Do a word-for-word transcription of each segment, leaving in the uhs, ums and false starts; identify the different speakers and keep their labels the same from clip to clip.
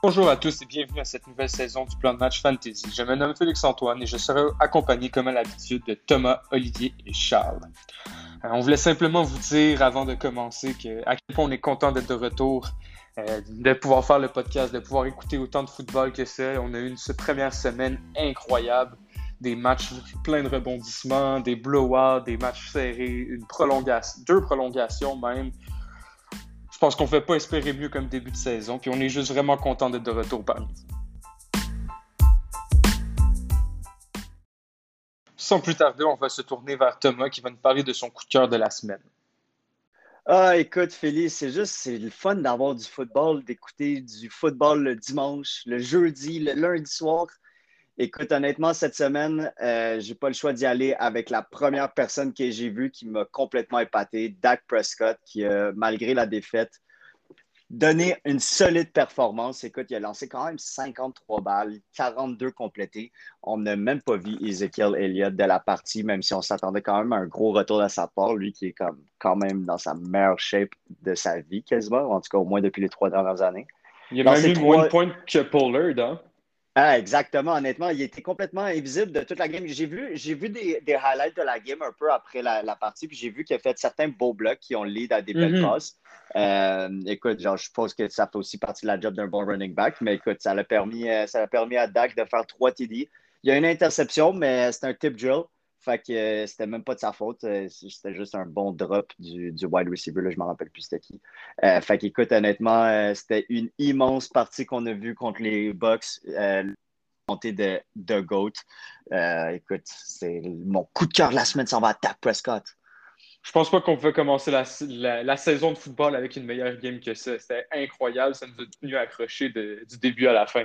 Speaker 1: Bonjour à tous et bienvenue à cette nouvelle saison du plan de match Fantasy. Je me nomme Félix-Antoine et je serai accompagné comme à l'habitude de Thomas, Olivier et Charles. Euh, on voulait simplement vous dire avant de commencer que, à quel point on est content d'être de retour, euh, de pouvoir faire le podcast, de pouvoir écouter autant de football que ça. On a eu une cette première semaine incroyable, des matchs pleins de rebondissements, des blowouts, des matchs serrés, une prolongation, deux prolongations même. Je pense qu'on ne fait pas espérer mieux comme début de saison, puis on est juste vraiment content d'être de retour parmi vous. Sans plus tarder, on va se tourner vers Thomas qui va nous parler de son coup de cœur de la semaine.
Speaker 2: Ah, écoute, Félix, c'est juste, c'est le fun d'avoir du football, d'écouter du football le dimanche, le jeudi, le lundi soir. Écoute, honnêtement, cette semaine, euh, j'ai pas le choix d'y aller avec la première personne que j'ai vue qui m'a complètement épaté, Dak Prescott, qui, euh, malgré la défaite, donné une solide performance. Écoute, il a lancé quand même cinquante-trois balles, quarante-deux complétés. On n'a même pas vu Ezekiel Elliott de la partie, même si on s'attendait quand même à un gros retour de sa part. Lui qui est comme, quand même dans sa meilleure shape de sa vie, quasiment, en tout cas au moins depuis les trois dernières années.
Speaker 1: Il y a
Speaker 2: Dans
Speaker 1: même
Speaker 2: ces
Speaker 1: eu moins de
Speaker 2: trois,
Speaker 1: points que Pollard, hein?
Speaker 2: ah, exactement, honnêtement, il était complètement invisible de toute la game. J'ai vu, j'ai vu des, des highlights de la game un peu après la, la partie, puis j'ai vu qu'il a fait certains beaux blocs qui ont lead à des belles
Speaker 1: Mm-hmm.
Speaker 2: passes. Euh, écoute, genre, je suppose que ça fait aussi partie de la job d'un bon running back, mais écoute, ça l'a permis, euh, ça a permis à Dak de faire trois T D. Il y a une interception, mais c'est un tip drill. Fait que euh, c'était même pas de sa faute. Euh, C'était juste un bon drop du, du wide receiver. Là, je ne me rappelle plus c'était qui. Euh, fait qu'écoute, honnêtement, euh, c'était une immense partie qu'on a vue contre les Bucks. Euh, montée de, de GOAT. Euh, écoute, c'est mon coup de cœur de la semaine, ça va à Dak Prescott.
Speaker 1: Je pense pas qu'on pouvait commencer la, la, la saison de football avec une meilleure game que ça. C'était incroyable, ça nous a tenu accrochés de, du début à la fin.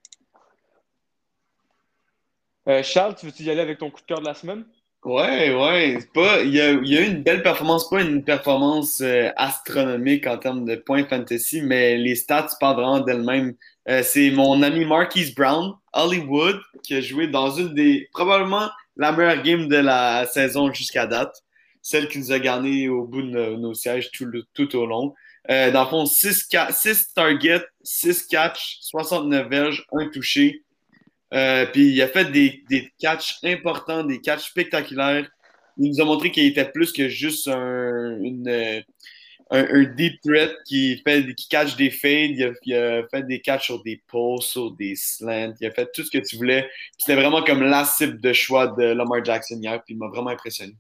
Speaker 1: Euh, Charles, tu veux-tu y aller avec ton coup de cœur de la semaine?
Speaker 3: Ouais, ouais, c'est pas, il y a, il y a eu une belle performance, pas une performance euh, astronomique en termes de points fantasy, mais les stats parlent vraiment d'elles-mêmes. Euh, c'est mon ami Marquise Brown, Hollywood, qui a joué dans une des, probablement la meilleure game de la saison jusqu'à date, celle qui nous a gagné au bout de nos, nos sièges tout, le- tout au long. Euh, dans le fond, six targets, six catchs, soixante-neuf verges, un touché. Euh, puis il a fait des, des catchs importants, des catchs spectaculaires. Il nous a montré qu'il était plus que juste un, une, euh, un, un deep threat qui fait qui catch des fades. Il a, il a fait des catchs sur des posts, sur des slants. Il a fait tout ce que tu voulais. C'était vraiment comme la cible de choix de Lamar Jackson hier. Puis il m'a vraiment impressionné.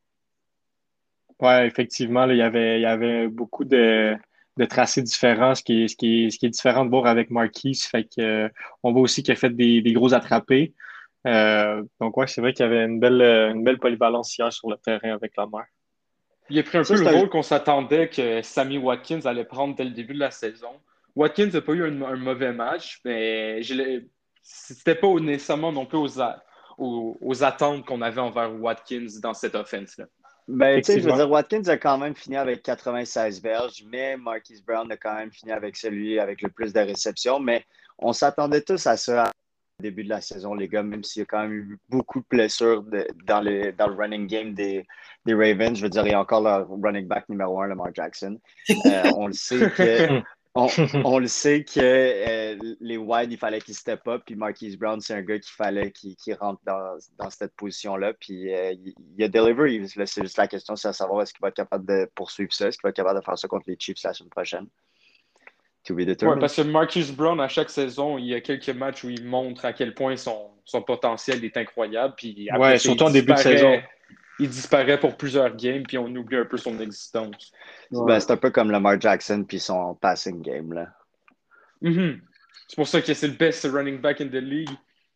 Speaker 4: Ouais, effectivement, là, il y avait, il y avait beaucoup de, de tracés différents, ce qui est, ce qui est, ce qui est différent de voir avec Marquise. Fait que, euh, on voit aussi qu'il a fait des, des gros attrapés. Euh, donc, ouais, c'est vrai qu'il y avait une belle, euh, une belle polyvalence hier sur le terrain avec la mer.
Speaker 1: Il a pris un peu
Speaker 2: Ça,
Speaker 1: le
Speaker 2: c'est un,
Speaker 1: rôle qu'on s'attendait que Sammy Watkins allait prendre dès le début de la saison. Watkins n'a pas eu un, un mauvais match, mais je l'ai- c'était pas nécessairement non plus aux, a- aux, aux attentes qu'on avait envers Watkins dans cette offense-là.
Speaker 2: ben, tu sais, je veux
Speaker 4: Effectivement.
Speaker 2: dire, Watkins a quand même fini avec quatre-vingt-seize verges, mais Marquise Brown a quand même fini avec celui avec le plus de réceptions. Mais on s'attendait tous à ça au début de la saison, les gars, même s'il y a quand même eu beaucoup de blessures de- dans, le, dans le running game des, des Ravens. Je veux dire, il y a encore leur running back numéro un, Lamar Jackson. Euh, on le sait que On, on le sait que euh, les wide, il fallait qu'ils step up. Puis Marquise Brown, c'est un gars qu'il fallait qu'il qu'il rentre dans, dans cette position-là. Puis euh, il, il a deliver. Il- là, c'est juste la question, c'est à savoir est-ce qu'il va être capable de poursuivre ça? Est-ce qu'il va être capable de faire ça contre les Chiefs la semaine prochaine? To be
Speaker 1: Ouais,
Speaker 2: determined.
Speaker 1: parce que Marcus Brown, à chaque saison, il y a quelques matchs où il montre à quel point son, son potentiel est incroyable. Puis après
Speaker 4: Ouais,
Speaker 1: ça, il
Speaker 4: surtout en début de saison.
Speaker 1: disparaît. Il disparaît pour plusieurs games, puis on oublie un peu son existence.
Speaker 2: Ben,
Speaker 3: Ouais.
Speaker 2: c'est un peu comme Lamar Jackson puis son passing game. Là.
Speaker 1: Mhm. C'est pour ça que c'est le best running back in the league.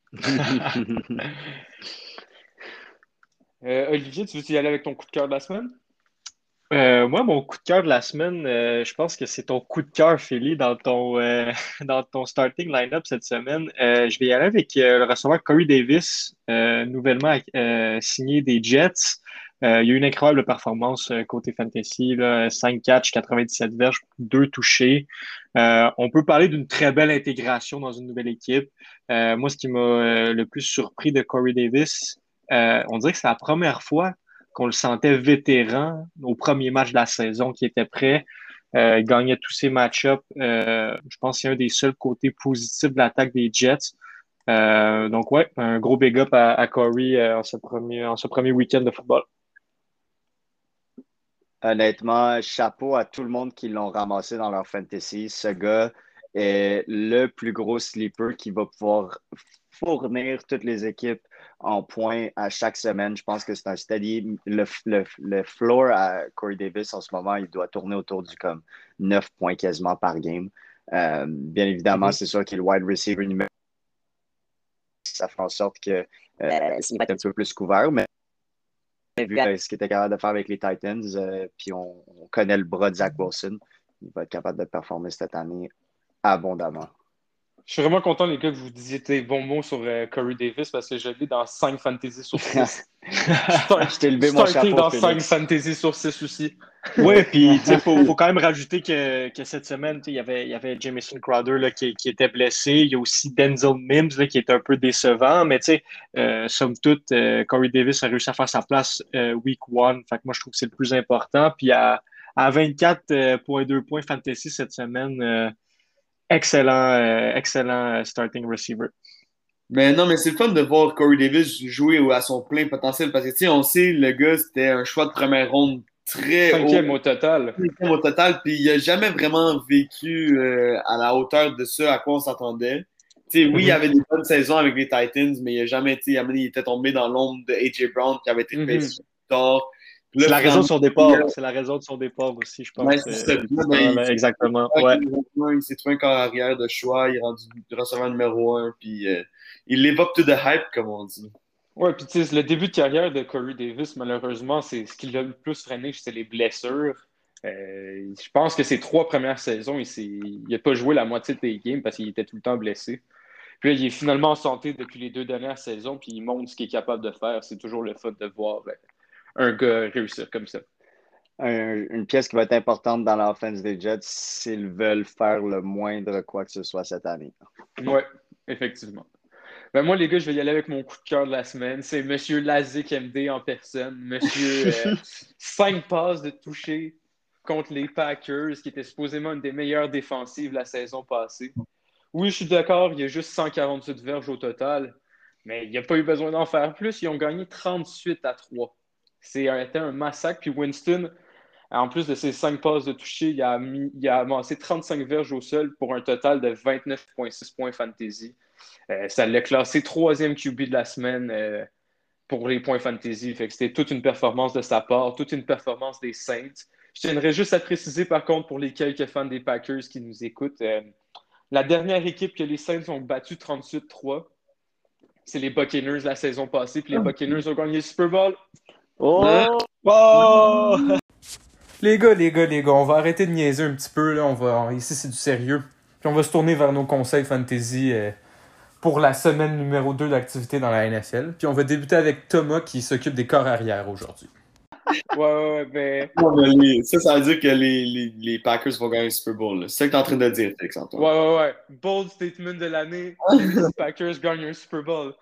Speaker 1: Euh, Olivier, tu veux y aller avec ton coup de cœur de la semaine?
Speaker 4: Euh, moi, mon coup de cœur de la semaine, euh, je pense que c'est ton coup de cœur, Philly, dans ton, euh, dans ton starting line-up cette semaine. Euh, je vais y aller avec euh, le receveur Corey Davis, euh, nouvellement euh, signé des Jets. Euh, il y a eu une incroyable performance euh, côté fantasy, là, cinq catchs, quatre-vingt-dix-sept verges, deux touchés. Euh, on peut parler d'une très belle intégration dans une nouvelle équipe. Euh, moi, ce qui m'a euh, le plus surpris de Corey Davis, euh, on dirait que c'est la première fois qu'on le sentait vétéran au premier match de la saison, qui était prêt. Euh, il gagnait tous ses match-ups. Euh, je pense que c'est un des seuls côtés positifs de l'attaque des Jets. Euh, donc, ouais, un gros big up à, à Corey euh, en ce premier, en ce premier week-end de football.
Speaker 2: Honnêtement, chapeau à tout le monde qui l'ont ramassé dans leur fantasy. Ce gars est le plus gros sleeper qui va pouvoir fournir toutes les équipes en points à chaque semaine. Je pense que c'est un steady. Le, le, le floor à Corey Davis en ce moment, il doit tourner autour du comme neuf points quasiment par game. Euh, bien évidemment,
Speaker 4: Mm-hmm.
Speaker 2: c'est sûr qu'il est le wide receiver numéro. Ça fait en sorte que euh, il va être un peu plus couvert, mais vu ce qu'il était capable de faire avec les Titans, euh, puis on, on connaît le bras de Zach Wilson, il va être capable de performer cette année abondamment.
Speaker 1: Je suis vraiment content, les gars, que vous disiez des bons mots sur euh, Corey Davis parce que je l'ai dans cinq fantasy sur six.
Speaker 2: Je t'ai levé mon
Speaker 1: Starting
Speaker 2: chapeau,
Speaker 1: dans
Speaker 2: Félix.
Speaker 1: cinq fantasy sur six aussi.
Speaker 4: Oui, puis il faut, faut quand même rajouter que, que cette semaine, il y avait, il y avait Jamison Crowder là, qui, qui était blessé. Il y a aussi Denzel Mims là, qui est un peu décevant. Mais euh, somme toute, euh, Corey Davis a réussi à faire sa place euh, week one. Fait que moi, je trouve que c'est le plus important. Puis à, à vingt-quatre virgule deux points fantasy cette semaine, euh, excellent, euh, excellent starting receiver.
Speaker 3: Mais non, mais c'est le fun de voir Corey Davis jouer à son plein potentiel parce que, tu sais, on sait, le gars, c'était un choix de première ronde très
Speaker 1: Cinquième
Speaker 3: haut.
Speaker 1: au total.
Speaker 3: Cinquième au total, puis il n'a jamais vraiment vécu euh, à la hauteur de ce à quoi on s'attendait. Tu sais, oui, il y avait des bonnes saisons avec les Titans, mais il n'a jamais, tu sais, il était tombé dans l'ombre de A J Brown qui avait été fait
Speaker 1: Mm-hmm.
Speaker 3: sur tard.
Speaker 4: C'est la raison de son départ. C'est la raison de son départ aussi, je pense.
Speaker 3: Ouais, c'est ça.
Speaker 4: Euh, ben, là, exactement. Ouais.
Speaker 3: Il s'est trouvé un corps arrière de choix, il est rendu receveur numéro un, puis euh, il live up to the hype, comme on dit.
Speaker 1: Ouais, puis tu sais, le début de carrière de Corey Davis, malheureusement, c'est ce qui l'a le plus freiné, c'est les blessures. Euh, je pense que ses trois premières saisons, il n'a pas joué la moitié de des games parce qu'il était tout le temps blessé. Puis là, il est finalement en santé depuis les deux dernières saisons, puis il montre ce qu'il est capable de faire. C'est toujours le fun de voir ben, un gars réussir comme ça.
Speaker 2: Un, une pièce qui va être importante dans l'offense des Jets s'ils veulent faire le moindre quoi que ce soit cette année.
Speaker 1: Oui, effectivement. Ben moi, les gars, je vais y aller avec mon coup de cœur de la semaine. C'est Monsieur Lazik M D en personne. Monsieur euh, cinq passes de toucher contre les Packers, qui était supposément une des meilleures défensives la saison passée. Oui, je suis d'accord, il y a juste cent quarante-huit verges au total, mais il n'y a pas eu besoin d'en faire plus. Ils ont gagné trente-huit à trois. C'est un, été un massacre. Puis Winston, en plus de ses cinq passes de toucher, il a, mis, il a amassé trente-cinq verges au sol pour un total de vingt-neuf virgule six points fantasy. Euh, ça l'a classé troisième Q B de la semaine euh, pour les points fantasy. Fait que c'était toute une performance de sa part, toute une performance des Saints. Je tiendrais juste à préciser, par contre, pour les quelques fans des Packers qui nous écoutent, euh, la dernière équipe que les Saints ont battu trente-huit trois, c'est les Buccaneers la saison passée, puis les Buccaneers ont gagné le Super Bowl.
Speaker 2: Oh!
Speaker 4: Oh!
Speaker 1: Les gars, les gars, les gars, on va arrêter de niaiser un petit peu. Là. On va, ici, c'est du sérieux. Puis on va se tourner vers nos conseils fantasy euh, pour la semaine numéro deux d'activité dans la N F L. Puis on va débuter avec Thomas qui s'occupe des corps arrière aujourd'hui.
Speaker 4: Ouais, ouais, ben.
Speaker 3: Non, mais les- ça, ça veut dire que les, les, les Packers vont gagner le Super Bowl. là. C'est ça que tu es en train de dire, Félix Antoine.
Speaker 1: Ouais, ouais, ouais. Bold statement de l'année. Les Packers gagnent un Super Bowl.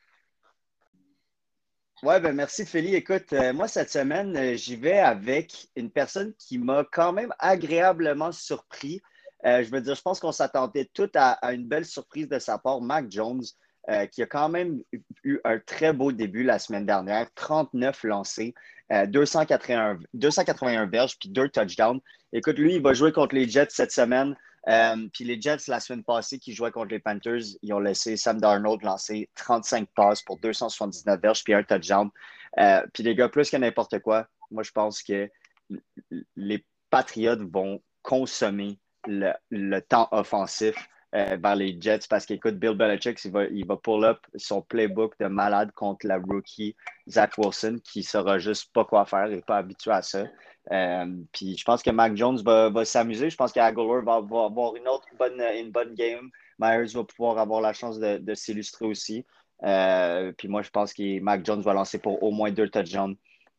Speaker 2: Ouais, ben merci Félix. Écoute, euh, moi cette semaine, euh, j'y vais avec une personne qui m'a quand même agréablement surpris. Euh, je veux dire, je pense qu'on s'attendait tous à, à une belle surprise de sa part. Mac Jones, euh, qui a quand même eu un très beau début la semaine dernière, trente-neuf lancés, euh, deux cent quatre-vingt-un, deux cent quatre-vingt-un verges, puis deux touchdowns. Écoute, lui, il va jouer contre les Jets cette semaine. Euh, puis les Jets, la semaine passée, qui jouaient contre les Panthers, ils ont laissé Sam Darnold lancer trente-cinq passes pour deux cent soixante-dix-neuf verges puis un touchdown. Euh, puis les gars, plus que n'importe quoi, moi, je pense que les Patriots vont consommer le, le temps offensif euh, vers les Jets parce qu'écoute, Bill Belichick, il va, il va pull up son playbook de malade contre la rookie Zach Wilson qui ne saura juste pas quoi faire et n'est pas habitué à ça. Euh, puis je pense que Mac Jones va, va s'amuser. Je pense qu'Aguilar va, va avoir une autre bonne, une bonne game. Myers va pouvoir avoir la chance de, de s'illustrer aussi. Euh, puis moi, je pense que Mac Jones va lancer pour au moins deux touchdowns.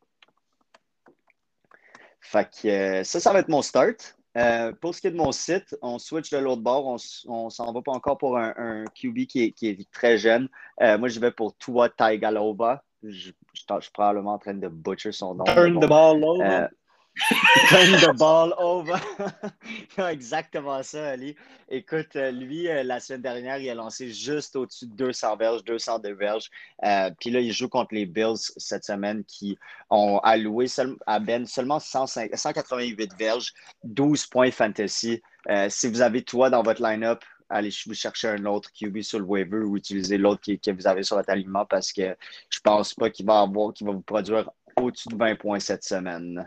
Speaker 2: Fait que euh, ça, ça va être mon start. Euh, pour ce qui est de mon site, on switch de l'autre bord. On, on s'en va pas encore pour un, un Q B qui est, qui est très jeune. Euh, moi, je vais pour Tua Tagovailoa. Je, je, je suis probablement en train de butcher son nom.
Speaker 4: Turn
Speaker 2: bon.
Speaker 4: the ball over.
Speaker 2: Euh, Turn the ball over. Exactement ça, Ali. Écoute, euh, lui, euh, la semaine dernière, il a lancé juste au-dessus de deux cents verges, deux cent deux verges. Euh, Puis là, il joue contre les Bills cette semaine qui ont alloué seul- à Ben seulement cent cinq cent quatre-vingt-huit verges, douze points fantasy. Euh, si vous avez toi dans votre line-up, allez vous chercher un autre Q B sur le waiver ou utilisez l'autre qui- que vous avez sur votre alignement parce que je pense pas qu'il va avoir, qu'il va vous produire au-dessus de vingt points cette semaine.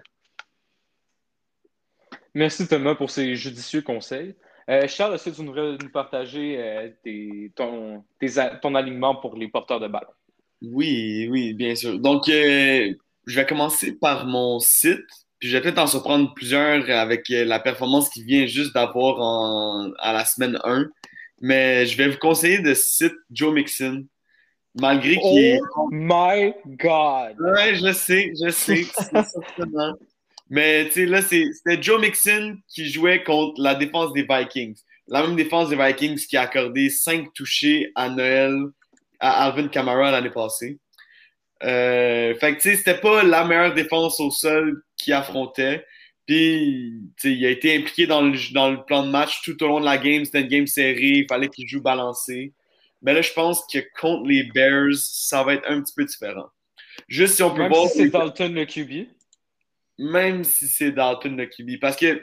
Speaker 1: Merci Thomas pour ces judicieux conseils. Euh, Charles, est-ce que tu voudrais nous partager euh, tes- ton, tes a- ton alignement pour les porteurs de ballon?
Speaker 3: Oui, oui, bien sûr. Donc, euh, je vais commencer par mon site, puis je vais peut-être en surprendre plusieurs avec euh, la performance qui vient juste d'avoir en, à la semaine un. Mais je vais vous conseiller de site Joe Mixon, malgré qu'il est...
Speaker 1: Oh my God!
Speaker 3: Ouais, je sais, je sais, c'est surprenant. Mais tu sais, là, c'est- c'était Joe Mixon qui jouait contre la défense des Vikings. La même défense des Vikings qui a accordé cinq touchés à Noël à Alvin Kamara l'année passée. Euh, fait que tu sais, c'était pas la meilleure défense au sol qu'il affrontait. Puis, tu sais, il a été impliqué dans le, dans le plan de match tout au long de la game. C'était une game serrée, il fallait qu'il joue balancé. Mais là, je pense que contre les Bears, ça va être un petit peu différent. Juste si on peut
Speaker 1: Même
Speaker 3: voir,
Speaker 1: si c'est Dalton le Q B.
Speaker 3: même si c'est Dalton le Q B. Parce que,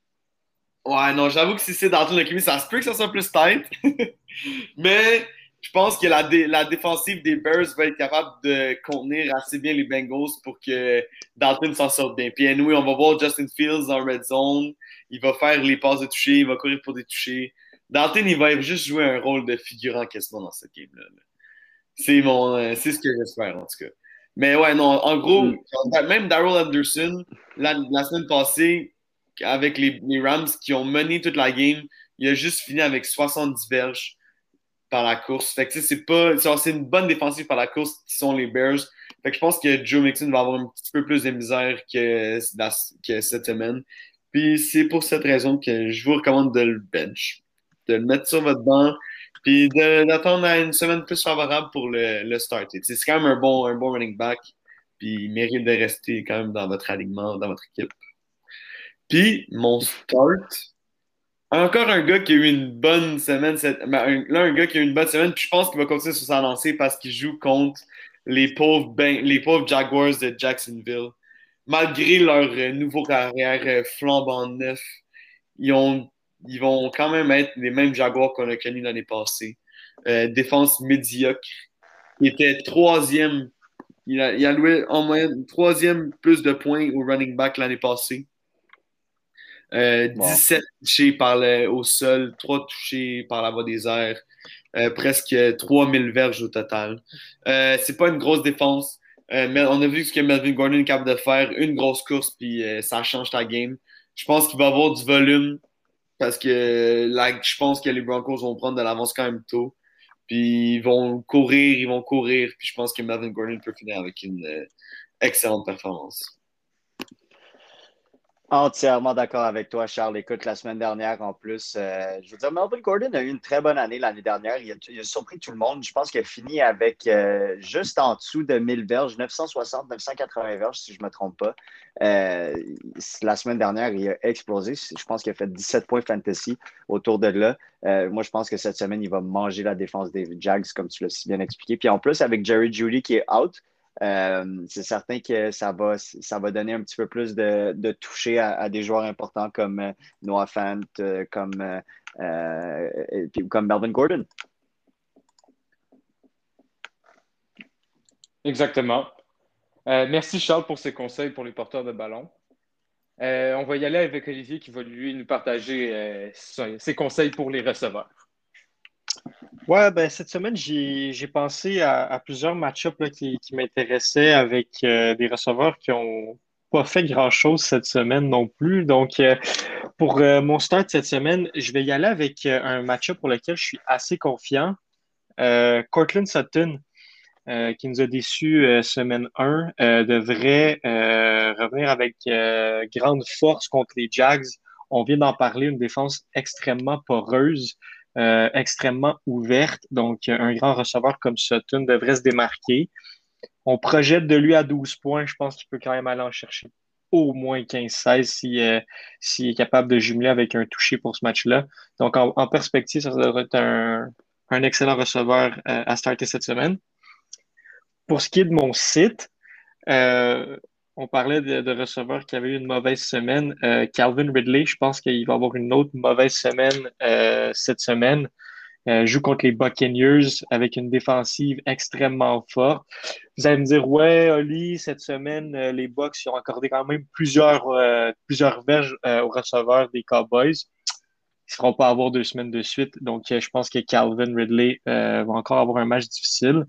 Speaker 3: ouais, non, j'avoue que si c'est Dalton le Q B, ça se peut que ça soit plus tight. Mais je pense que la, dé- la défensive des Bears va être capable de contenir assez bien les Bengals pour que Dalton s'en sorte bien. Puis, anyway, on va voir Justin Fields en red zone. Il va faire les passes de toucher, il va courir pour des touchés. Dalton, il va juste jouer un rôle de figurant quasiment dans cette game-là. là. C'est mon, euh, c'est ce que j'espère, en tout cas. Mais ouais, non, en gros,
Speaker 2: Mm.
Speaker 3: même Darrell Anderson, la, la semaine passée, avec les, les Rams qui ont mené toute la game, il a juste fini avec soixante-dix verges par la course. Fait que tu sais, c'est pas, c'est c'est une bonne défensive par la course qui sont les Bears. Fait que je pense que Joe Mixon va avoir un petit peu plus de misère que, que cette semaine. Puis c'est pour cette raison que je vous recommande de le bench, de le mettre sur votre banc, puis de- d'attendre à une semaine plus favorable pour le, le starter. Tu sais, c'est quand même un bon, un bon running back, puis il mérite de rester quand même dans votre alignement, dans votre équipe. Puis mon start, encore un gars qui a eu une bonne semaine. Cette... ben, un- Là, un gars qui a eu une bonne semaine, puis je pense qu'il va continuer sur sa lancée parce qu'il joue contre les pauvres, ben... les pauvres Jaguars de Jacksonville. Malgré leur euh, nouveau carrière euh, flambant neuf, ils, ont... ils vont quand même être les mêmes Jaguars qu'on a connus l'année passée. Euh, défense médiocre. Il était troisième. Il a, il a loué en moyenne troisième plus de points au running back l'année passée. Euh,
Speaker 2: Wow.
Speaker 3: dix-sept touchés par le, au sol, trois touchés par la voie des airs, euh, presque trois mille verges au total. Euh, c'est pas une grosse défense, euh, mais on a vu ce que Melvin Gordon est capable de faire, une grosse course, puis euh, ça change ta game. Je pense qu'il va avoir du volume parce que là, je pense que les Broncos vont prendre de l'avance quand même tôt. Puis ils vont courir, ils vont courir, puis je pense que Melvin Gordon peut finir avec une euh, excellente performance.
Speaker 2: Entièrement d'accord avec toi, Charles. Écoute, la semaine dernière, en plus, euh, je veux dire, Melvin Gordon a eu une très bonne année l'année dernière. Il a, il a surpris tout le monde. Je pense qu'il a fini avec euh, juste en dessous de mille verges, neuf cent soixante, neuf cent quatre-vingts verges, si je ne me trompe pas. Euh, la semaine dernière, il a explosé. Je pense qu'il a fait dix-sept points fantasy autour de là. Euh, moi, je pense que cette semaine, il va manger la défense des Jags, comme tu l'as si bien expliqué. Puis en plus, avec Jerry Jeudy qui est out, Euh, c'est certain que ça va, ça va donner un petit peu plus de, de toucher à, à des joueurs importants comme euh, Noah Fant, euh, comme, euh, euh, et puis comme Melvin Gordon.
Speaker 1: Exactement. Euh, merci Charles pour ces conseils pour les porteurs de ballon. Euh, on va y aller avec Olivier qui va lui nous partager euh, ses ses conseils pour les receveurs.
Speaker 4: Ouais, ben cette semaine, j'ai j'ai pensé à, à plusieurs match-ups là, qui, qui m'intéressaient avec euh, des receveurs qui ont pas fait grand-chose cette semaine non plus. Donc, euh, pour euh, mon start cette semaine, je vais y aller avec euh, un match-up pour lequel je suis assez confiant. Euh, Cortland Sutton, euh, qui nous a déçus euh, semaine un, euh, devrait euh, revenir avec euh, grande force contre les Jags. On vient d'en parler, une défense extrêmement poreuse, euh, extrêmement ouverte. Donc, un grand receveur comme Sutton devrait se démarquer. On projette de lui à douze points. Je pense qu'il peut quand même aller en chercher au moins quinze seize s'il euh, s'il est capable de jumeler avec un touché pour ce match-là. Donc, en, en perspective, ça devrait être un, un excellent receveur euh, à starter cette semaine. Pour ce qui est de mon site, euh, on parlait de, de receveurs qui avaient eu une mauvaise semaine. Euh, Calvin Ridley, je pense qu'il va avoir une autre mauvaise semaine euh, cette semaine. Euh, joue contre les Buccaneers avec une défensive extrêmement forte. Vous allez me dire, ouais, Oli, cette semaine, euh, les Bucs ils ont accordé quand même plusieurs, euh, plusieurs verges euh, aux receveurs des Cowboys. Ils ne seront pas à avoir deux semaines de suite. Donc, euh, je pense que Calvin Ridley euh, va encore avoir un match difficile.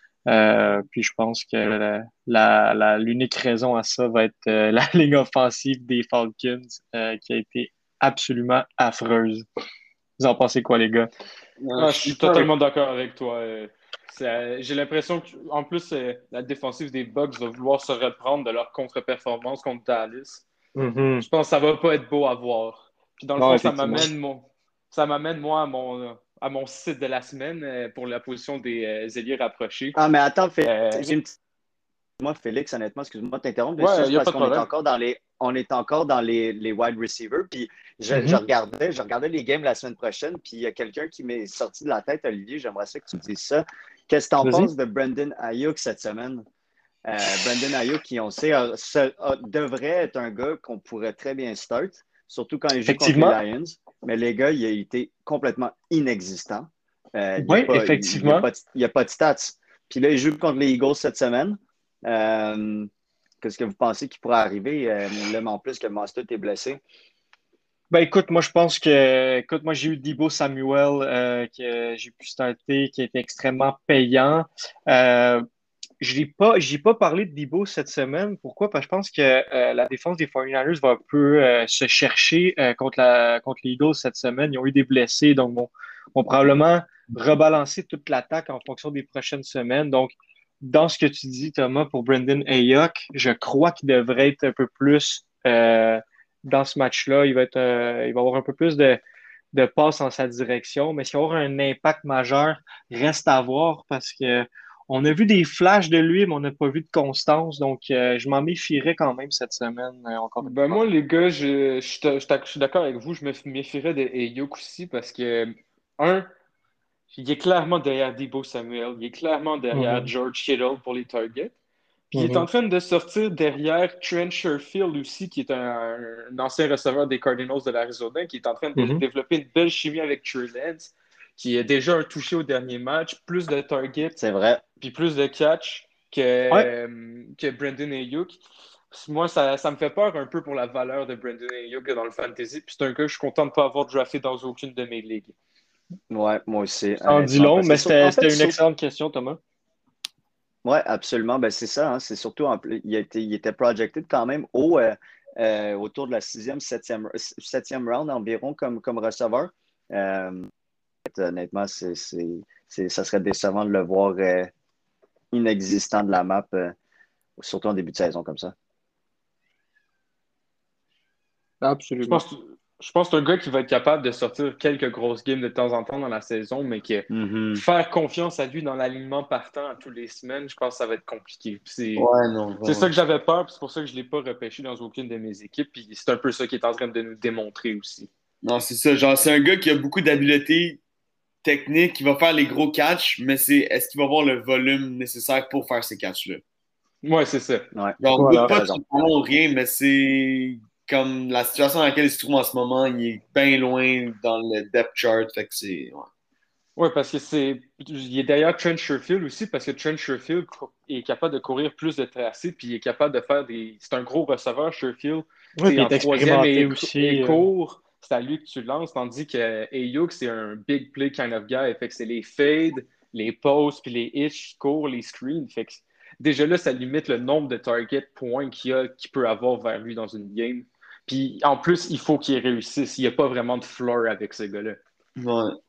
Speaker 4: Euh, puis je pense que la, la, la- l'unique raison à ça va être euh, la ligne offensive des Falcons euh, qui a été absolument affreuse. Vous en pensez quoi, les gars?
Speaker 3: Ouais,
Speaker 1: Ah,
Speaker 3: je
Speaker 1: je
Speaker 3: suis
Speaker 1: suis
Speaker 3: pas-
Speaker 1: totalement d'accord avec toi. Euh, c'est- J'ai l'impression qu'en plus, euh, la défensive des Bucks va vouloir se reprendre de leur contre-performance contre Dallas.
Speaker 4: Mhm.
Speaker 1: Je pense que ça va pas être beau à voir. Puis dans le
Speaker 4: Non,
Speaker 1: fond, ça
Speaker 4: effectivement.
Speaker 1: m'amène mon, ça m'amène moi à mon, à mon site de la semaine euh, pour la position des euh, ailiers rapprochés.
Speaker 2: Ah, mais attends, Félix,
Speaker 1: Euh,
Speaker 2: j'ai une petite- moi, Félix, honnêtement, excuse-moi de t'interrompre, mais c'est
Speaker 1: ouais, il
Speaker 2: juste
Speaker 1: n'y a
Speaker 2: parce
Speaker 1: pas de
Speaker 2: qu'on est
Speaker 1: problème.
Speaker 2: encore dans les, on est encore dans les, les wide receivers. Puis je, je
Speaker 4: Mhm.
Speaker 2: regardais, je regardais les games la semaine prochaine, puis il y a quelqu'un qui m'est sorti de la tête, Olivier, j'aimerais ça que tu me dises ça. Qu'est-ce que tu en
Speaker 4: Vas-y.
Speaker 2: penses de Brandon Ayuk cette semaine? Euh, Brandon Ayuk, qui on sait, a- se- a- devrait être un gars qu'on pourrait très bien start, surtout quand il joue contre les
Speaker 4: Effectivement.
Speaker 2: Lions. Mais les gars, il a été complètement inexistant. Euh, il n'y a,
Speaker 4: Oui,
Speaker 2: pas- il- il y a,
Speaker 4: effectivement.
Speaker 2: pas de- il y a pas de stats. Puis là, il joue contre les Eagles cette semaine. Euh, Qu'est-ce que vous pensez qui pourrait arriver? Euh, là, mais en plus que Mostert est blessé.
Speaker 4: Ben écoute, moi je pense que écoute, moi j'ai eu Debo Samuel euh, que j'ai pu starter, qui a été extrêmement payant. Euh, je n'ai pas, j'ai pas parlé de Debo cette semaine. Pourquoi? Parce que je pense que euh, la défense des forty-niners va un peu euh, se chercher euh, contre la contre les Eagles cette semaine. Ils ont eu des blessés, donc vont, vont probablement rebalancer toute l'attaque en fonction des prochaines semaines. Donc, dans ce que tu dis, Thomas, pour Brandon Ayuk, je crois qu'il devrait être un peu plus euh, dans ce match-là. Il va être, euh, il va avoir un peu plus de, de passes en sa direction, mais s'il va avoir un impact majeur, reste à voir parce que on a vu des flashs de lui, mais on n'a pas vu de constance. Donc, euh, je m'en méfierais quand même cette semaine, euh, encore une
Speaker 1: Ben
Speaker 4: fois.
Speaker 1: moi, les gars, je, je, suis je suis- je suis d'accord avec vous. Je me méfierais de Ayuk aussi parce que, un, il est clairement derrière Debo Samuel. Il est clairement derrière
Speaker 4: Mhm,
Speaker 1: George Kittle pour les targets. Puis il est en
Speaker 4: mhm,
Speaker 1: train de sortir derrière Trent Sherfield aussi, qui est un, un ancien receveur des Cardinals de l'Arizona, qui est en train de
Speaker 4: mhm.
Speaker 1: développer une belle chimie avec Trey Lance, qui a déjà un touché au dernier match, plus de targets,
Speaker 2: C'est vrai.
Speaker 1: puis plus de catch
Speaker 4: Ouais,
Speaker 1: que, que Brandon Ayuk. Moi, ça, ça me fait peur un peu pour la valeur de Brandon Ayuk dans le fantasy. Puis c'est un gars que je suis content de ne pas avoir drafté dans aucune de mes ligues.
Speaker 2: Ouais, moi aussi,
Speaker 4: ça en dit
Speaker 2: honnêtement.
Speaker 4: long,
Speaker 2: Parce que,
Speaker 4: mais
Speaker 2: sur-
Speaker 4: c'était
Speaker 2: en fait,
Speaker 4: c'était une
Speaker 2: sur-
Speaker 4: excellente question, Thomas.
Speaker 2: Oui, absolument. Ben, c'est ça. Hein. C'est surtout, en plus- il, a été- il était projected quand même au, euh, euh, autour de la sixième, septième, septième round environ comme, comme receveur. Euh, Honnêtement, c'est, c'est, c'est- ça serait décevant de le voir euh, inexistant de la map, euh, surtout en début de saison comme ça.
Speaker 1: Je
Speaker 4: Absolument.
Speaker 1: pense, je pense que c'est un gars qui va être capable de sortir quelques grosses games de temps en temps dans la saison, mais que
Speaker 2: Mhm.
Speaker 1: faire confiance à lui dans l'alignement partant à tous les semaines, je pense que ça va être compliqué. Puis C'est
Speaker 3: Ouais, non,
Speaker 1: c'est ça
Speaker 3: vraiment.
Speaker 1: que j'avais peur, puis c'est pour ça que je ne l'ai pas repêché dans aucune de mes équipes. Puis c'est un peu ça qui est en train de nous démontrer aussi.
Speaker 3: Non, c'est ça. Genre, c'est un gars qui a beaucoup d'habileté technique, qui va faire les gros catchs, mais c'est est-ce qu'il va avoir le volume nécessaire pour faire ces catchs-là?
Speaker 1: Ouais, c'est ça.
Speaker 2: Ouais,
Speaker 3: Genre, on
Speaker 4: Voilà.
Speaker 3: doute
Speaker 2: t'as
Speaker 3: pas de
Speaker 2: raison.
Speaker 3: son talent ou rien, mais c'est comme la situation dans laquelle il se trouve en ce moment, il est bien loin dans le depth chart, fait que c'est... Ouais.
Speaker 1: Ouais, parce que c'est. Il est d'ailleurs Trent Sherfield aussi, parce que Trent Sherfield cou- est capable de courir plus de tracés, puis il est capable de faire des. C'est un gros receveur, Sherfield.
Speaker 4: Oui,
Speaker 1: Tu
Speaker 4: puis
Speaker 1: sais,
Speaker 4: il
Speaker 1: en
Speaker 4: est
Speaker 1: troisième
Speaker 4: expérimenté
Speaker 1: et, cou- et
Speaker 4: aussi. euh.
Speaker 1: court, c'est à lui que tu lances, tandis que Ayuk, c'est un big play kind of guy. Fait que c'est les fades, les posts, puis les hitch, court, les screens. Fait que déjà là, ça limite le nombre de target points qu'il y a, qu'il peut avoir vers lui dans une game. Puis en plus, il faut qu'il réussisse. Il n'y a pas vraiment de floor avec ce gars-là.
Speaker 3: Ouais.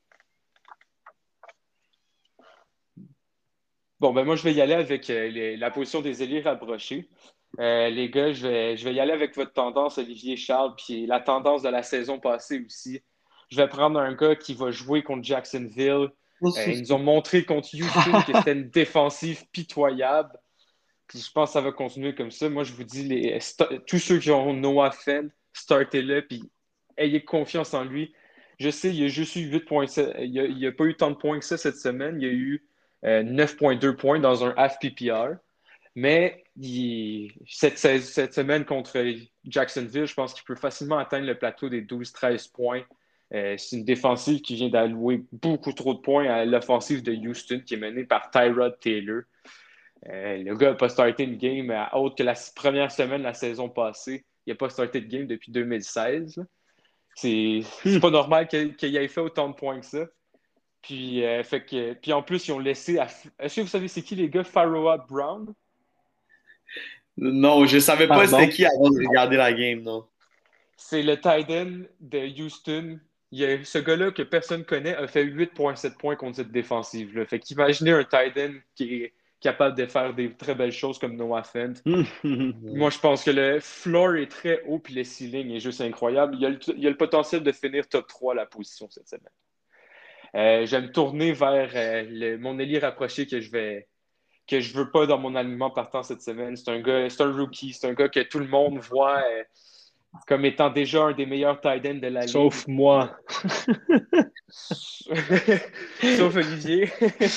Speaker 1: Bon, ben moi, je vais y aller avec euh, les- la position des ailiers rapprochés. Euh, les gars, je vais, je vais y aller avec votre tendance, Olivier Charles, puis la tendance de la saison passée aussi. Je vais prendre un gars qui va jouer contre Jacksonville. Euh, ils nous ont montré contre Houston que c'était une défensive pitoyable. Puis je pense que ça va continuer comme ça. Moi, je vous dis, les, tous ceux qui ont Noah Fent, startez-le, puis ayez confiance en lui. Je sais, il y a juste eu huit points. Il n'y a, a, pas eu tant de points que ça cette semaine. Il y a eu euh, neuf virgule deux points dans un half P P R. Mais il, cette, cette, semaine contre Jacksonville, je pense qu'il peut facilement atteindre le plateau des douze treize points. Euh, c'est une défensive qui vient d'allouer beaucoup trop de points à l'offensive de Houston, qui est menée par Tyrod Taylor. Euh, le gars n'a pas starté une game euh, autre que la première semaine de la saison passée. Il n'a pas starté de game depuis deux mille seize. Là. C'est, c'est pas normal qu'il, qu'il ait fait autant de points que ça. Puis, euh, fait que, puis en plus, ils ont laissé... À... Est-ce que vous savez c'est qui les gars? Pharaoh Brown?
Speaker 3: Non, je savais pas
Speaker 4: Pardon?
Speaker 3: c'était qui avant de regarder la game, non.
Speaker 1: C'est le tight end de Houston. Il y a, ce gars-là que personne connaît a fait huit virgule sept points contre cette défensive-là. Fait qu'imaginez un tight end qui est capable de faire des très belles choses comme Noah Fent. Moi, je pense que le floor est très haut puis le ceiling est juste incroyable. Il y a le, il y a le potentiel de finir top trois à la position cette semaine. Euh, je vais me tourner vers euh, le, mon ailier rapproché que je vais que je veux pas dans mon alignement partant cette semaine. C'est un gars, c'est un rookie, c'est un gars que tout le monde voit euh, comme étant déjà un des meilleurs tight ends de la ligue.
Speaker 4: Sauf moi.
Speaker 1: Sauf Olivier.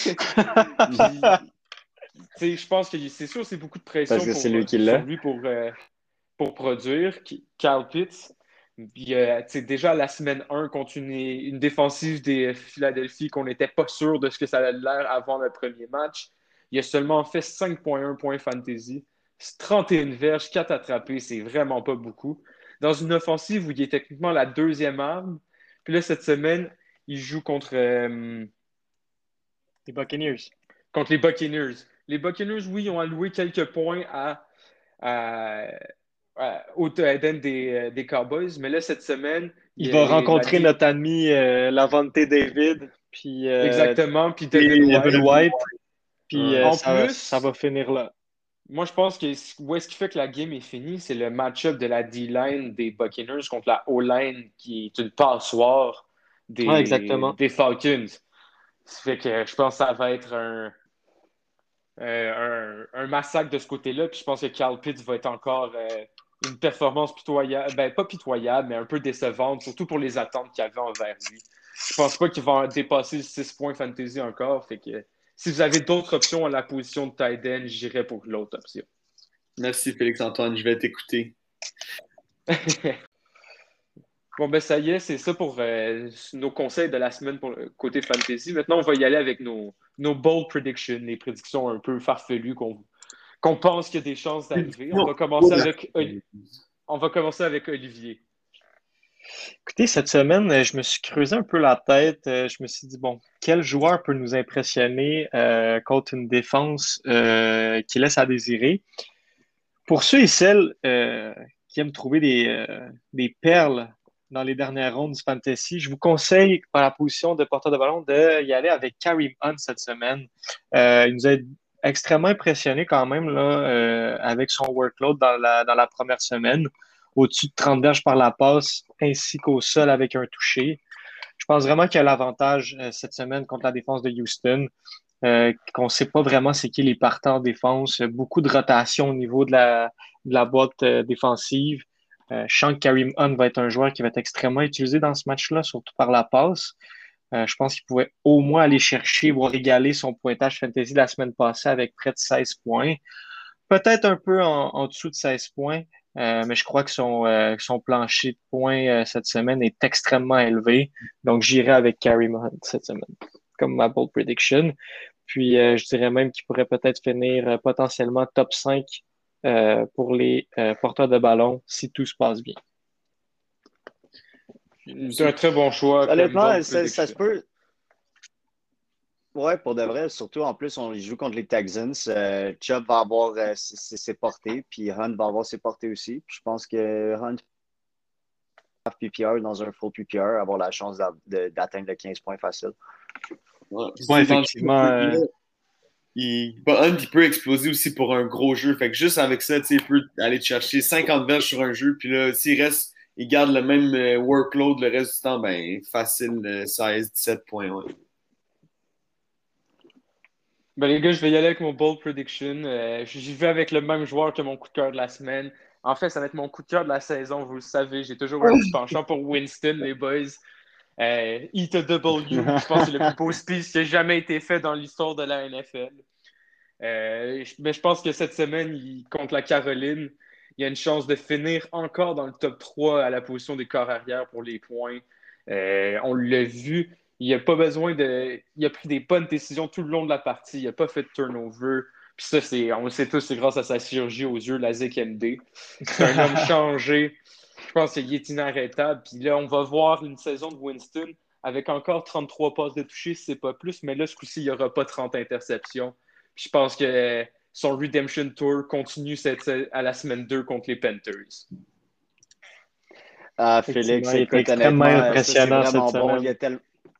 Speaker 1: Puis, je pense que c'est sûr c'est beaucoup de pression
Speaker 2: Parce que
Speaker 1: pour,
Speaker 2: c'est lui qui
Speaker 1: sur
Speaker 2: l'a.
Speaker 1: lui pour, euh, pour produire. Kyle Pitts. Puis, euh, déjà la semaine un contre une, une défensive des Philadelphie qu'on n'était pas sûr de ce que ça allait l'air avant le premier match. Il a seulement fait cinq virgule un points fantasy. trente et une verges, quatre attrapés, c'est vraiment pas beaucoup. Dans une offensive où il est techniquement la deuxième arme. Puis là, cette semaine, il joue contre... Euh,
Speaker 4: les Buccaneers.
Speaker 1: Contre les Buccaneers. Les Buccaneers, oui, ont alloué quelques points à, à, à, au tight end des, des Cowboys, mais là, cette semaine...
Speaker 4: Il, il
Speaker 1: va
Speaker 4: les, rencontrer
Speaker 1: la...
Speaker 4: notre ami euh, Lavonte David, puis... Euh,
Speaker 1: Exactement, puis Devin
Speaker 4: White. White. Puis euh,
Speaker 1: en
Speaker 4: ça,
Speaker 1: plus,
Speaker 4: ça va finir là.
Speaker 1: Moi, je pense que où est-ce qui fait que la game est finie, c'est le match-up de la D-line des Buccaneers contre la O-line qui est une passoire des,
Speaker 4: ouais, exactement.
Speaker 1: des Falcons. Ça fait que je pense que ça va être un, euh, un, un massacre de ce côté-là. Puis je pense que Kyle Pitts va être encore euh, une performance pitoyable, ben pas pitoyable, mais un peu décevante, surtout pour les attentes qu'il y avait envers lui. Je pense pas qu'il va dépasser le six points fantasy encore. Fait que si vous avez d'autres options à la position de tight end, j'irai pour l'autre option.
Speaker 3: Merci Félix-Antoine, je vais t'écouter.
Speaker 1: Bon, ben ça y est, c'est ça pour euh, nos conseils de la semaine pour le côté fantasy. Maintenant, on va y aller avec nos, nos bold predictions, les prédictions un peu farfelues qu'on qu'on pense qu'il y a des chances d'arriver. On va commencer avec, on va commencer avec Olivier.
Speaker 4: Écoutez, cette semaine, je me suis creusé un peu la tête. Je me suis dit, bon, quel joueur peut nous impressionner euh, contre une défense euh, qui laisse à désirer? Pour ceux et celles euh, qui aiment trouver des, euh, des perles dans les dernières rondes du fantasy, je vous conseille, par la position de porteur de ballon, d'y aller avec Kareem Hunt cette semaine. Euh, il nous a extrêmement impressionné quand même là, euh, avec son workload dans la, dans la première semaine, au-dessus de trente verges par la passe, ainsi qu'au sol avec un touché. Je pense vraiment qu'il y a l'avantage euh, cette semaine contre la défense de Houston, euh, qu'on ne sait pas vraiment c'est qui les partants en défense. Beaucoup de rotation au niveau de la, de la boîte euh, défensive. Euh, je sens que Kareem Hunt va être un joueur qui va être extrêmement utilisé dans ce match-là, surtout par la passe. Euh, je pense qu'il pouvait au moins aller chercher, voire égaler son pointage fantasy la semaine passée avec près de seize points. Peut-être un peu en, en dessous de seize points, euh, mais je crois que son, euh, son plancher de points euh, cette semaine est extrêmement élevé. Donc, j'irai avec Kareem Hunt cette semaine, comme ma bold prediction. Puis, euh, je dirais même qu'il pourrait peut-être finir euh, potentiellement top cinq euh, pour les euh, porteurs de ballon si tout se passe bien.
Speaker 1: C'est un très bon choix.
Speaker 2: Honnêtement, ça, ça se peut. Ouais, pour de vrai. Surtout, en plus, on joue contre les Texans. Euh, Chubb va avoir euh, ses, ses portées, puis Hunt va avoir ses portées aussi. Puis je pense que Hunt, P P R dans un full P P R, avoir la chance d'atteindre le quinze points facile.
Speaker 3: Ouais,
Speaker 4: ouais effectivement. Euh...
Speaker 3: Il, Hunt, il peut exploser aussi pour un gros jeu. Fait que juste avec ça, il peut aller te chercher cinquante verges sur un jeu. Puis là, s'il reste, il garde le même workload le reste du temps, ben facile, seize dix-sept points. Ouais.
Speaker 1: Ben, les gars, je vais y aller avec mon bold prediction. Euh, j'y vais avec le même joueur que mon coup de cœur de la semaine. En fait, ça va être mon coup de cœur de la saison, vous le savez. J'ai toujours eu un petit penchant pour Winston, les boys. Euh, Eat a W, je pense que c'est le plus beau speech qui a jamais été fait dans l'histoire de la N F L. Euh, je- mais je pense que cette semaine, il- contre la Caroline, il y a une chance de finir encore dans le top trois à la position des corps arrière pour les points. Euh, on l'a vu, il n'a pas besoin de. Il a pris des bonnes décisions tout le long de la partie. Il n'a pas fait de turnover. Puis ça, c'est, on le sait tous, c'est grâce à sa chirurgie aux yeux, la Z K M D. C'est un homme changé. Je pense qu'il est inarrêtable. Puis là, on va voir une saison de Winston avec encore trente-trois passes de toucher, si c'est pas plus. Mais là, ce coup-ci, il n'y aura pas trente interceptions. Puis je pense que son Redemption Tour continue cette, à la semaine deux contre les Panthers.
Speaker 2: Ah,
Speaker 4: Effectivement,
Speaker 2: Félix,
Speaker 4: il est
Speaker 2: écoute,
Speaker 4: extrêmement
Speaker 2: honnêtement, ça c'est
Speaker 4: impressionnant cette
Speaker 2: vraiment bon. Il y
Speaker 4: semaine.
Speaker 2: a tellement.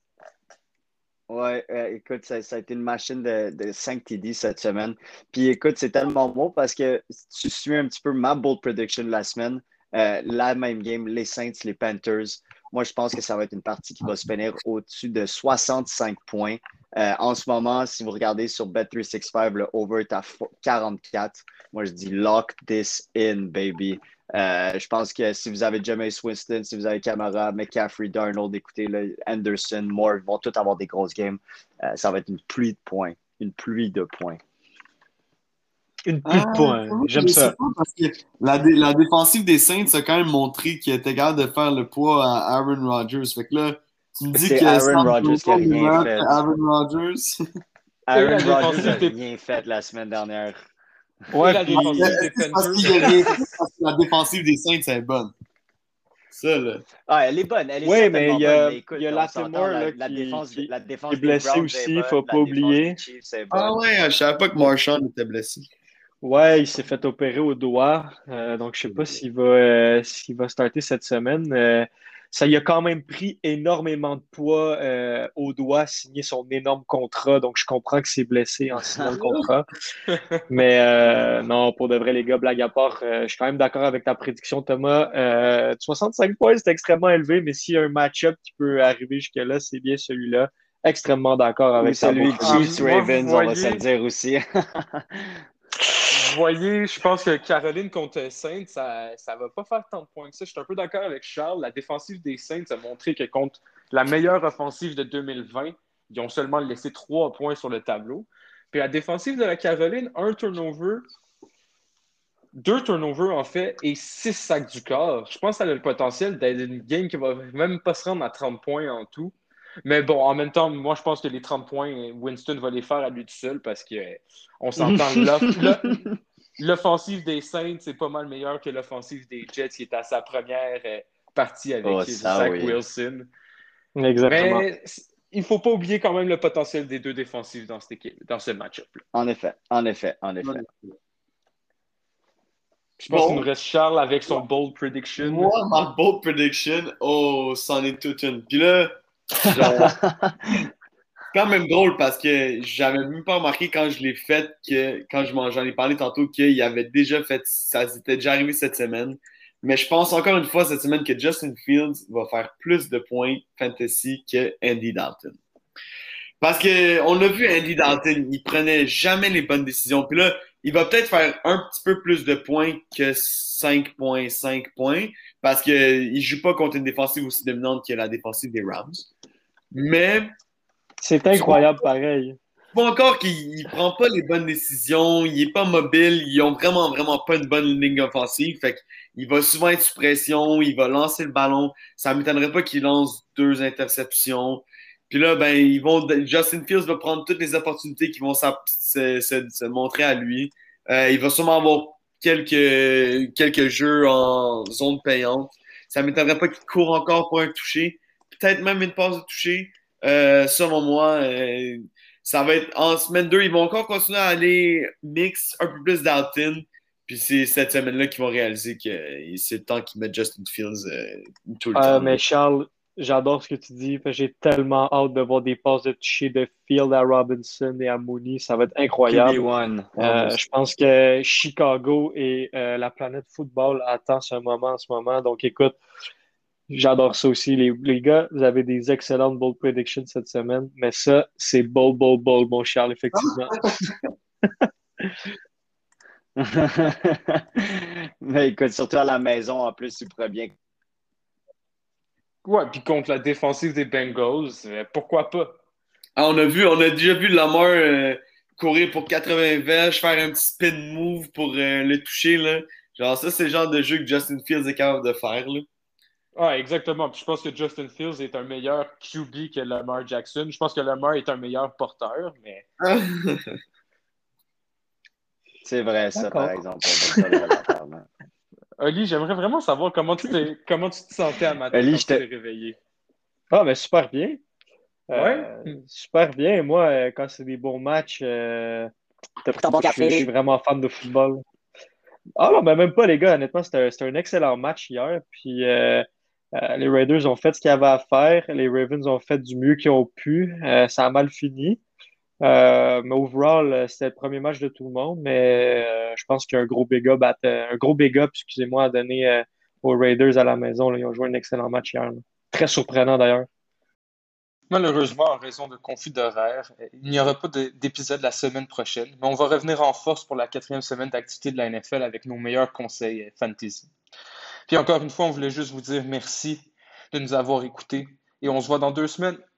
Speaker 2: Ouais, euh, écoute, ça, ça a été une machine de, de cinq T D cette semaine. Puis écoute, c'est tellement bon parce que si tu suis un petit peu ma bold prediction de la semaine. Euh, la même game, les Saints, les Panthers. Moi, je pense que ça va être une partie qui va se finir au-dessus de soixante-cinq points. Euh, en ce moment, si vous regardez sur Bet trois cent soixante-quinze, le over est à quarante-quatre. Moi, je dis lock this in, baby. Euh, je pense que si vous avez Jameis Winston, si vous avez Camara, McCaffrey, Darnold, écoutez, là, Anderson, Moore, ils vont tous avoir des grosses games. Euh, ça va être une pluie de points. Une pluie de points.
Speaker 4: Une
Speaker 3: Ah,
Speaker 4: pluie de points. J'aime
Speaker 3: je sais
Speaker 4: ça.
Speaker 3: pas parce que la, dé- la défensive des Saints a quand même montré qu'il était capable de faire le poids à Aaron Rodgers. Fait que là, tu me dis
Speaker 2: C'est
Speaker 3: que
Speaker 2: Aaron
Speaker 3: Sam
Speaker 2: Rodgers qui a
Speaker 3: Darnold est
Speaker 2: rien
Speaker 3: meilleur que
Speaker 2: fait.
Speaker 3: Aaron Rodgers.
Speaker 1: Et
Speaker 2: Aaron
Speaker 1: la
Speaker 2: Rodgers a
Speaker 1: défensive des,
Speaker 2: rien fait la semaine dernière.
Speaker 1: et
Speaker 4: Ouais,
Speaker 1: la
Speaker 4: puis
Speaker 1: défensive
Speaker 3: Est-ce
Speaker 1: des
Speaker 3: que c'est parce
Speaker 1: Panthers
Speaker 3: qu'il
Speaker 1: a
Speaker 3: a
Speaker 1: fait
Speaker 3: rien fait
Speaker 1: six.
Speaker 3: parce que la défensive des Saints est bonne? Ça, là.
Speaker 2: Ah, elle est bonne, elle est
Speaker 4: ouais, mais
Speaker 2: certainement
Speaker 4: il y
Speaker 2: bonne,
Speaker 4: a,
Speaker 2: mais
Speaker 4: il
Speaker 2: écoute,
Speaker 4: y a
Speaker 2: on s'entend,
Speaker 4: Latimore
Speaker 2: la,
Speaker 4: là,
Speaker 2: la
Speaker 4: qui,
Speaker 2: défense,
Speaker 4: qui,
Speaker 2: la
Speaker 4: qui est
Speaker 2: défense des
Speaker 4: blessé
Speaker 2: Browns est
Speaker 4: aussi, il faut
Speaker 2: bonne,
Speaker 4: pas
Speaker 2: la défense des
Speaker 4: oublier.
Speaker 2: Chiefs est
Speaker 3: Ah
Speaker 2: bonne.
Speaker 3: ouais, je savais pas que Marshawn était blessé.
Speaker 4: Ouais, il s'est fait opérer au doigt, euh, donc je sais pas s'il va, euh, s'il va starter cette semaine. Euh, ça lui a quand même pris énormément de poids euh, au doigt, signer son énorme contrat, donc je comprends que c'est blessé en signant le contrat. Mais euh, non, pour de vrai, les gars, blague à part, euh, je suis quand même d'accord avec ta prédiction, Thomas. Euh, soixante-cinq points, c'est extrêmement élevé, mais s'il y a un match-up qui peut arriver jusque-là, c'est bien celui-là. Extrêmement d'accord
Speaker 2: Ou
Speaker 4: avec ta bold
Speaker 2: celui
Speaker 1: Ah,
Speaker 4: prediction.
Speaker 1: moi, vous
Speaker 2: Chiefs-Ravens, on va se le
Speaker 1: voyez,
Speaker 2: dire aussi.
Speaker 1: vous voyez, je pense que Caroline contre Saints, ça, ça va pas faire tant de points que ça. Je suis un peu d'accord avec Charles. La défensive des Saints a montré que contre la meilleure offensive de deux mille vingt, ils ont seulement laissé trois points sur le tableau. Puis la défensive de la Caroline, un turnover, deux turnovers en fait, et six sacs du corps. Je pense que ça a le potentiel d'être une game qui va même pas se rendre à trente points en tout. Mais bon, en même temps, moi je pense que les trente points, Winston va les faire à lui tout seul parce que euh, on s'entend, l'off- l'o- l'offensive des Saints, c'est pas mal meilleur que l'offensive des Jets qui est à sa première euh, partie avec
Speaker 2: Oh, ça
Speaker 1: Zach
Speaker 2: oui.
Speaker 1: Wilson.
Speaker 4: Exactement.
Speaker 1: Mais c- il faut pas oublier quand même le potentiel des deux défensives dans cette équipe, dans ce match-up-là.
Speaker 2: En effet, en effet, en effet.
Speaker 1: Je pense qu'il nous
Speaker 3: Bon,
Speaker 1: reste Charles avec son bold prediction.
Speaker 3: moi, ma bold prediction, oh, c'en est toute une. Puis là, genre, c'est quand même drôle parce que j'avais même pas remarqué quand je l'ai fait que quand je m'en j'en ai parlé tantôt qu'il avait déjà fait ça s'était déjà arrivé cette semaine. Mais je pense encore une fois cette semaine que Justin Fields va faire plus de points fantasy que Andy Dalton. Parce que on l'a vu Andy Dalton, il prenait jamais les bonnes décisions. Puis là, il va peut-être faire un petit peu plus de points que cinq virgule cinq points parce qu'il joue pas contre une défensive aussi dominante que la défensive des Rams. Mais
Speaker 4: C'est
Speaker 3: tu vois,
Speaker 4: incroyable pareil.
Speaker 3: tu vois encore qu'il ne prend pas les bonnes décisions, il est pas mobile, ils ont vraiment, vraiment pas une bonne ligne offensive. Fait qu'il va souvent être sous pression, il va lancer le ballon. Ça ne m'étonnerait pas qu'il lance deux interceptions. Puis là, ben, ils vont, Justin Fields va prendre toutes les opportunités qui vont se, se, se montrer à lui. Euh, il va sûrement avoir quelques, quelques jeux en zone payante. Ça ne m'étonnerait pas qu'il court encore pour un toucher. Peut-être même une passe de toucher. Euh, selon moi, euh, ça va être en semaine deux. Ils vont encore continuer à aller mix un peu plus Dalton. Puis c'est cette semaine-là qu'ils vont réaliser que c'est le temps qu'ils mettent Justin Fields euh, tout le
Speaker 4: Euh,
Speaker 3: temps.
Speaker 4: mais Charles, j'adore ce que tu dis. J'ai tellement hâte de voir des passes de toucher de Field à Robinson et à Mooney. Ça va être incroyable.
Speaker 2: Q B un.
Speaker 4: Euh, je pense que Chicago et euh, la planète football attend ce moment en ce moment. Donc, écoute, J'adore ça aussi. Les, les gars, vous avez des excellentes bold predictions cette semaine, mais ça, c'est bold, bold, bold, mon Charles, effectivement.
Speaker 2: Mais écoute, surtout à la maison, en plus, tu pourrais bien.
Speaker 1: Ouais, puis contre la défensive des Bengals, euh, pourquoi pas?
Speaker 3: Ah, on a vu, on a déjà vu Lamar euh, courir pour quatre-vingts verges, faire un petit spin move pour euh, le toucher, là. Genre, ça, c'est le genre de jeu que Justin Fields est capable de faire, là.
Speaker 1: Ah, exactement. Puis je pense que Justin Fields est un meilleur Q B que Lamar Jackson. Je pense que Lamar est un meilleur porteur, mais
Speaker 2: C'est vrai, ça, par
Speaker 4: D'accord.
Speaker 2: exemple. On va faire le retard,
Speaker 1: Oli, j'aimerais vraiment savoir comment tu t'es, comment tu te sentais à matin
Speaker 2: Ali,
Speaker 1: quand
Speaker 2: je
Speaker 1: tu t'es
Speaker 2: te.
Speaker 1: réveillé.
Speaker 4: Ah, mais super bien.
Speaker 1: Ouais?
Speaker 4: Euh, super bien. Moi, euh, quand c'est des bons matchs, euh,
Speaker 2: T'as pris ton bon
Speaker 4: je suis je suis
Speaker 2: café.
Speaker 4: vraiment fan de football. Ah non, ben même pas, les gars. Honnêtement, c'était un, c'était un excellent match hier. Puis euh, euh, les Raiders ont fait ce qu'ils avaient à faire. Les Ravens ont fait du mieux qu'ils ont pu. Euh, ça a mal fini. Euh, mais overall, euh, c'était le premier match de tout le monde. Mais euh, je pense qu'il y a un gros big up, à- un gros big up, excusez-moi, à donner euh, aux Raiders à la maison, là. Ils ont joué un excellent match hier, là. Très surprenant d'ailleurs.
Speaker 1: Malheureusement, en raison de conflits d'horaire, euh, il n'y aura pas de- d'épisode la semaine prochaine, mais on va revenir en force pour la quatrième semaine d'activité de la N F L avec nos meilleurs conseils euh, fantasy. Puis encore une fois, on voulait juste vous dire merci de nous avoir écoutés et on se voit dans deux semaines.